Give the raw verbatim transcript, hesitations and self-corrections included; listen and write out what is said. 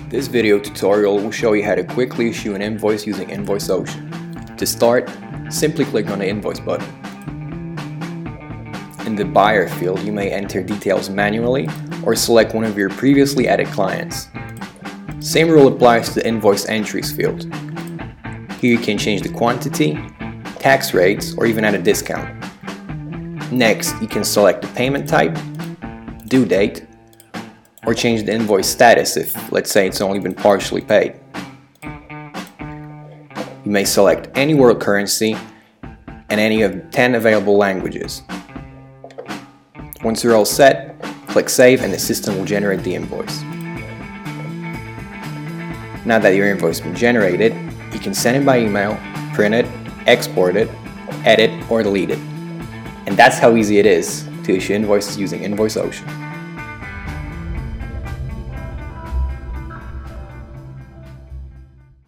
This video tutorial will show you how to quickly issue an invoice using InvoiceOcean. To start, simply click on the Invoice button. In the Buyer field, you may enter details manually or select one of your previously added clients. Same rule applies to the Invoice Entries field. Here you can change the quantity, tax rates, or even add a discount. Next, you can select the payment type, due date, or change the invoice status if, let's say, it's only been partially paid. You may select any world currency and any of ten available languages. Once you're all set, click Save and the system will generate the invoice. Now that your invoice has been generated, you can send it by email, print it, export it, edit, or delete it. And that's how easy it is to issue invoices using InvoiceOcean.